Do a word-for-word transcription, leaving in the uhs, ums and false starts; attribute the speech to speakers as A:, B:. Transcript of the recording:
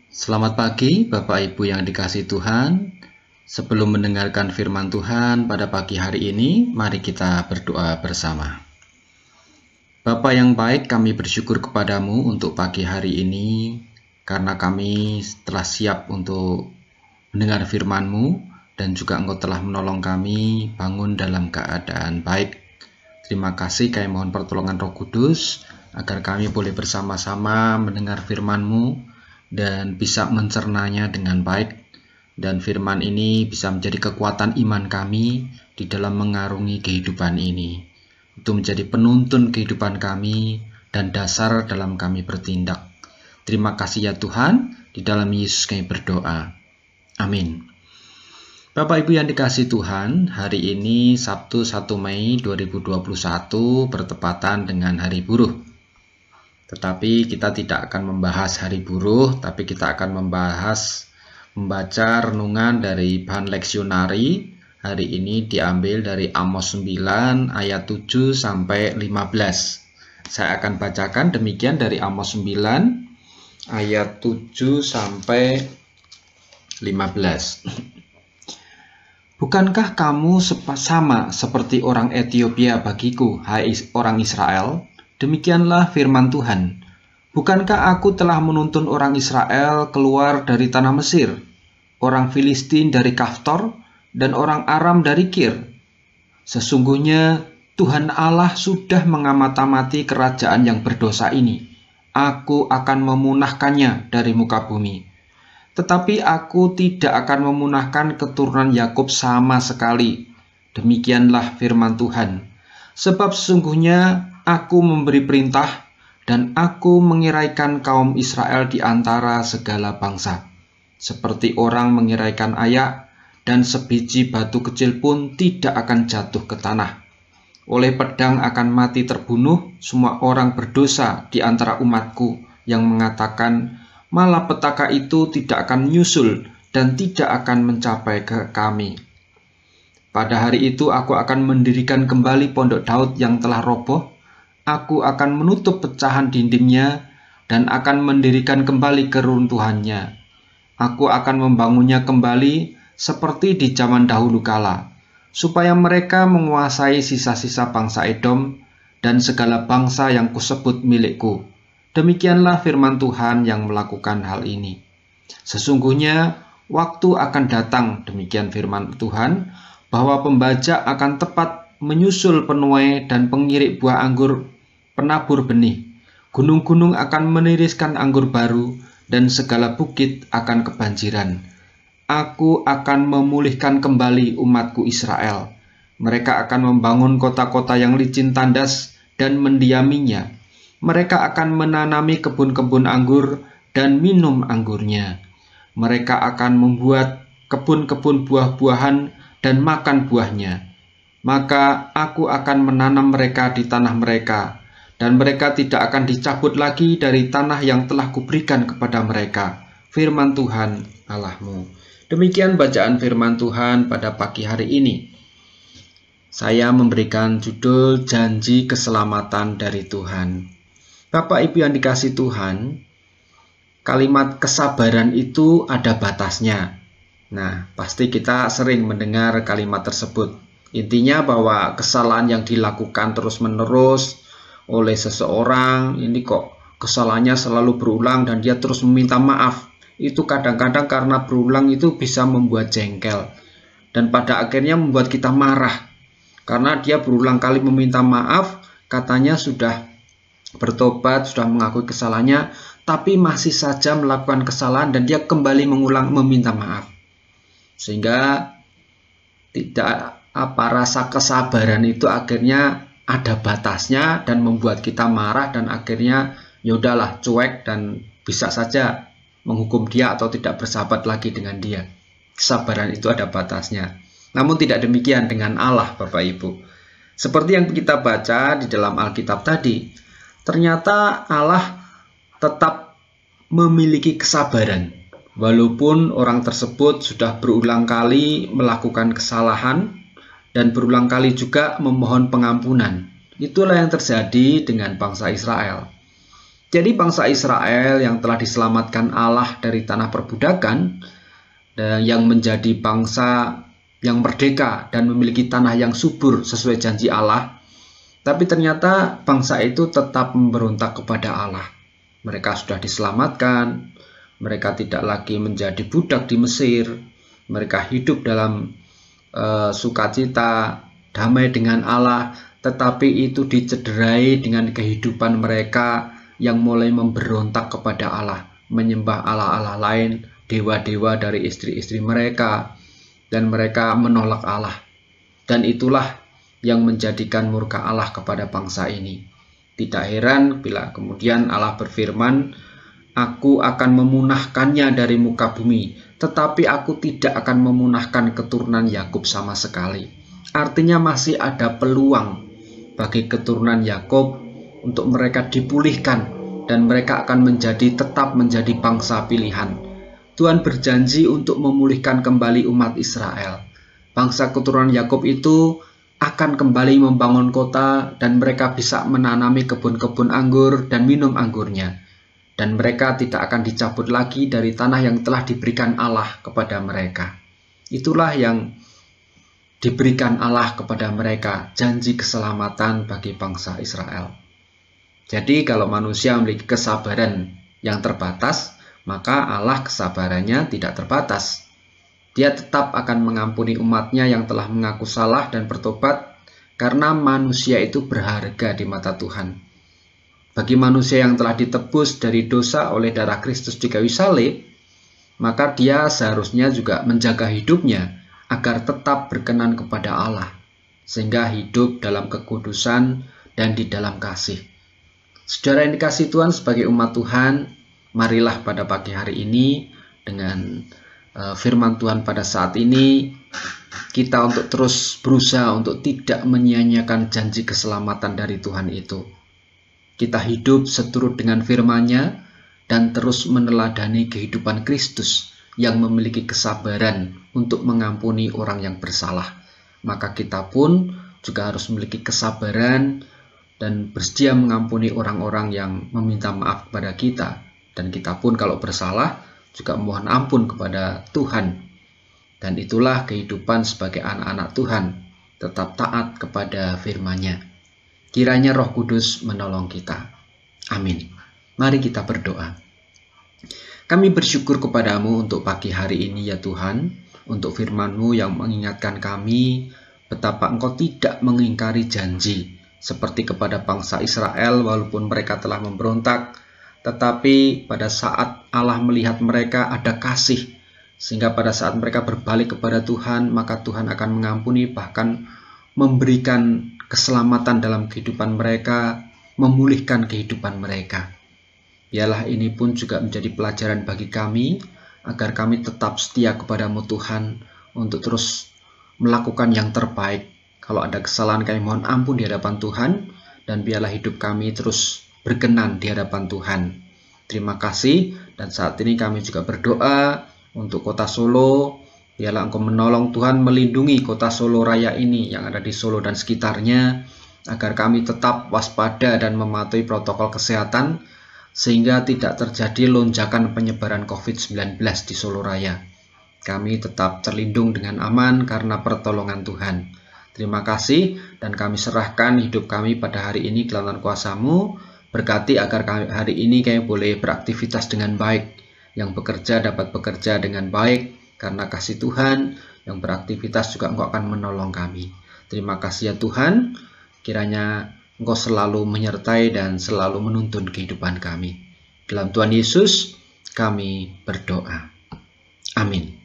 A: Selamat pagi Bapak Ibu yang dikasihi Tuhan. Sebelum mendengarkan firman Tuhan pada pagi hari ini, mari kita berdoa bersama. Bapa yang baik, kami bersyukur kepadamu untuk pagi hari ini, karena kami telah siap untuk mendengar firman-Mu, dan juga Engkau telah menolong kami bangun dalam keadaan baik. Terima kasih, kami mohon pertolongan Roh Kudus, agar kami boleh bersama-sama mendengar firman-Mu, dan bisa mencernanya dengan baik, dan firman ini bisa menjadi kekuatan iman kami di dalam mengarungi kehidupan ini, untuk menjadi penuntun kehidupan kami dan dasar dalam kami bertindak. Terima kasih ya Tuhan, di dalam Yesus kami berdoa. Amin. Bapak Ibu yang dikasihi Tuhan, hari ini Sabtu satu Mei dua ribu dua puluh satu bertepatan dengan Hari Buruh. Tetapi kita tidak akan membahas hari buruh, tapi kita akan membahas membaca renungan dari bahan leksionari. Hari ini diambil dari Amos sembilan ayat tujuh sampai lima belas. Saya akan bacakan demikian dari Amos sembilan ayat tujuh sampai lima belas. Bukankah kamu sama seperti orang Ethiopia bagiku, hai orang Israel? Demikianlah firman Tuhan. Bukankah aku telah menuntun orang Israel keluar dari tanah Mesir, orang Filistin dari Kaftor, dan orang Aram dari Kir? Sesungguhnya Tuhan Allah sudah mengamati kerajaan yang berdosa ini. Aku akan memunahkannya dari muka bumi. Tetapi aku tidak akan memunahkan keturunan Yakub sama sekali. Demikianlah firman Tuhan. Sebab sesungguhnya Aku memberi perintah dan aku mengiraikan kaum Israel di antara segala bangsa. Seperti orang mengiraikan ayak, dan sebiji batu kecil pun tidak akan jatuh ke tanah. Oleh pedang akan mati terbunuh semua orang berdosa di antara umatku yang mengatakan, malapetaka itu tidak akan menyusul dan tidak akan mencapai ke kami. Pada hari itu aku akan mendirikan kembali pondok Daud yang telah roboh. Aku akan menutup pecahan dindingnya dan akan mendirikan kembali keruntuhannya. Aku akan membangunnya kembali seperti di zaman dahulu kala, supaya mereka menguasai sisa-sisa bangsa Edom dan segala bangsa yang kusebut milikku. Demikianlah firman Tuhan yang melakukan hal ini. Sesungguhnya waktu akan datang, demikian firman Tuhan, bahwa pembajak akan tepat menyusul penuai dan pengirik buah anggur penabur benih. Gunung-gunung akan meniriskan anggur baru dan segala bukit akan kebanjiran. Aku akan memulihkan kembali umatku Israel. Mereka akan membangun kota-kota yang licin tandas dan mendiaminya. Mereka akan menanami kebun-kebun anggur dan minum anggurnya. Mereka akan membuat kebun-kebun buah-buahan dan makan buahnya. Maka aku akan menanam mereka di tanah mereka, dan mereka tidak akan dicabut lagi dari tanah yang telah kuberikan kepada mereka. Firman Tuhan Allahmu. Demikian bacaan firman Tuhan pada pagi hari ini. Saya memberikan judul Janji Keselamatan dari Tuhan. Bapak Ibu yang dikasihi Tuhan, kalimat kesabaran itu ada batasnya. Nah, pasti kita sering mendengar kalimat tersebut. Intinya bahwa kesalahan yang dilakukan terus-menerus oleh seseorang, ini kok kesalahannya selalu berulang dan dia terus meminta maaf. Itu kadang-kadang karena berulang itu bisa membuat jengkel. Dan pada akhirnya membuat kita marah. Karena dia berulang kali meminta maaf, katanya sudah bertobat, sudah mengakui kesalahannya, tapi masih saja melakukan kesalahan dan dia kembali mengulang meminta maaf. Sehingga tidak apa rasa kesabaran itu akhirnya ada batasnya dan membuat kita marah dan akhirnya ya udahlah cuek dan bisa saja menghukum dia atau tidak bersahabat lagi dengan dia. Kesabaran itu ada batasnya. Namun tidak demikian dengan Allah, Bapak Ibu. Seperti yang kita baca di dalam Alkitab tadi, ternyata Allah tetap memiliki kesabaran. Walaupun orang tersebut sudah berulang kali melakukan kesalahan dan berulang kali juga memohon pengampunan. Itulah yang terjadi dengan bangsa Israel. Jadi bangsa Israel yang telah diselamatkan Allah dari tanah perbudakan dan yang menjadi bangsa yang merdeka dan memiliki tanah yang subur sesuai janji Allah, tapi ternyata bangsa itu tetap memberontak kepada Allah. Mereka sudah diselamatkan, mereka tidak lagi menjadi budak di Mesir, mereka hidup dalam uh, sukacita, damai dengan Allah, tetapi itu dicederai dengan kehidupan mereka yang mulai memberontak kepada Allah, menyembah Allah-Allah lain, dewa-dewa dari istri-istri mereka, dan mereka menolak Allah. Dan itulah yang menjadikan murka Allah kepada bangsa ini. Tidak heran bila kemudian Allah berfirman, "Aku akan memunahkannya dari muka bumi, tetapi aku tidak akan memunahkan keturunan Yakub sama sekali." Artinya masih ada peluang bagi keturunan Yakub untuk mereka dipulihkan dan mereka akan menjadi tetap menjadi bangsa pilihan. Tuhan berjanji untuk memulihkan kembali umat Israel. Bangsa keturunan Yakub itu akan kembali membangun kota dan mereka bisa menanami kebun-kebun anggur dan minum anggurnya. Dan mereka tidak akan dicabut lagi dari tanah yang telah diberikan Allah kepada mereka. Itulah yang diberikan Allah kepada mereka, janji keselamatan bagi bangsa Israel. Jadi kalau manusia memiliki kesabaran yang terbatas, maka Allah kesabarannya tidak terbatas. Dia tetap akan mengampuni umatnya yang telah mengaku salah dan bertobat, karena manusia itu berharga di mata Tuhan. Bagi manusia yang telah ditebus dari dosa oleh darah Kristus di kayu salib, maka dia seharusnya juga menjaga hidupnya agar tetap berkenan kepada Allah, sehingga hidup dalam kekudusan dan di dalam kasih. Saudara yang dikasihi Tuhan, sebagai umat Tuhan, marilah pada pagi hari ini dengan uh, firman Tuhan pada saat ini, kita untuk terus berusaha untuk tidak menyia-nyiakan janji keselamatan dari Tuhan itu. Kita hidup seturut dengan firman-Nya dan terus meneladani kehidupan Kristus yang memiliki kesabaran untuk mengampuni orang yang bersalah. Maka kita pun juga harus memiliki kesabaran dan bersedia mengampuni orang-orang yang meminta maaf kepada kita. Dan kita pun kalau bersalah juga mohon ampun kepada Tuhan. Dan itulah kehidupan sebagai anak-anak Tuhan, tetap taat kepada firman-Nya. Kiranya Roh Kudus menolong kita. Amin. Mari kita berdoa. Kami bersyukur kepadamu untuk pagi hari ini ya Tuhan, untuk firman-Mu yang mengingatkan kami betapa Engkau tidak mengingkari janji, seperti kepada bangsa Israel walaupun mereka telah memberontak, tetapi pada saat Allah melihat mereka ada kasih, sehingga pada saat mereka berbalik kepada Tuhan, maka Tuhan akan mengampuni, bahkan memberikan keselamatan dalam kehidupan mereka, memulihkan kehidupan mereka. Biarlah ini pun juga menjadi pelajaran bagi kami, agar kami tetap setia kepada-Mu Tuhan, untuk terus melakukan yang terbaik. Kalau ada kesalahan kami mohon ampun di hadapan Tuhan, dan biarlah hidup kami terus berkenan di hadapan Tuhan. Terima kasih, dan saat ini kami juga berdoa untuk kota Solo. Biarlah Engkau menolong Tuhan melindungi kota Solo Raya ini yang ada di Solo dan sekitarnya, agar kami tetap waspada dan mematuhi protokol kesehatan, sehingga tidak terjadi lonjakan penyebaran covid sembilan belas di Solo Raya. Kami tetap terlindung dengan aman karena pertolongan Tuhan. Terima kasih, dan kami serahkan hidup kami pada hari ini ke dalam kuasa-Mu. Berkati agar kami hari ini kami boleh beraktivitas dengan baik. Yang bekerja dapat bekerja dengan baik karena kasih Tuhan. Yang beraktivitas juga Engkau akan menolong kami. Terima kasih ya Tuhan. Kiranya Engkau selalu menyertai dan selalu menuntun kehidupan kami. Dalam Tuhan Yesus kami berdoa. Amin.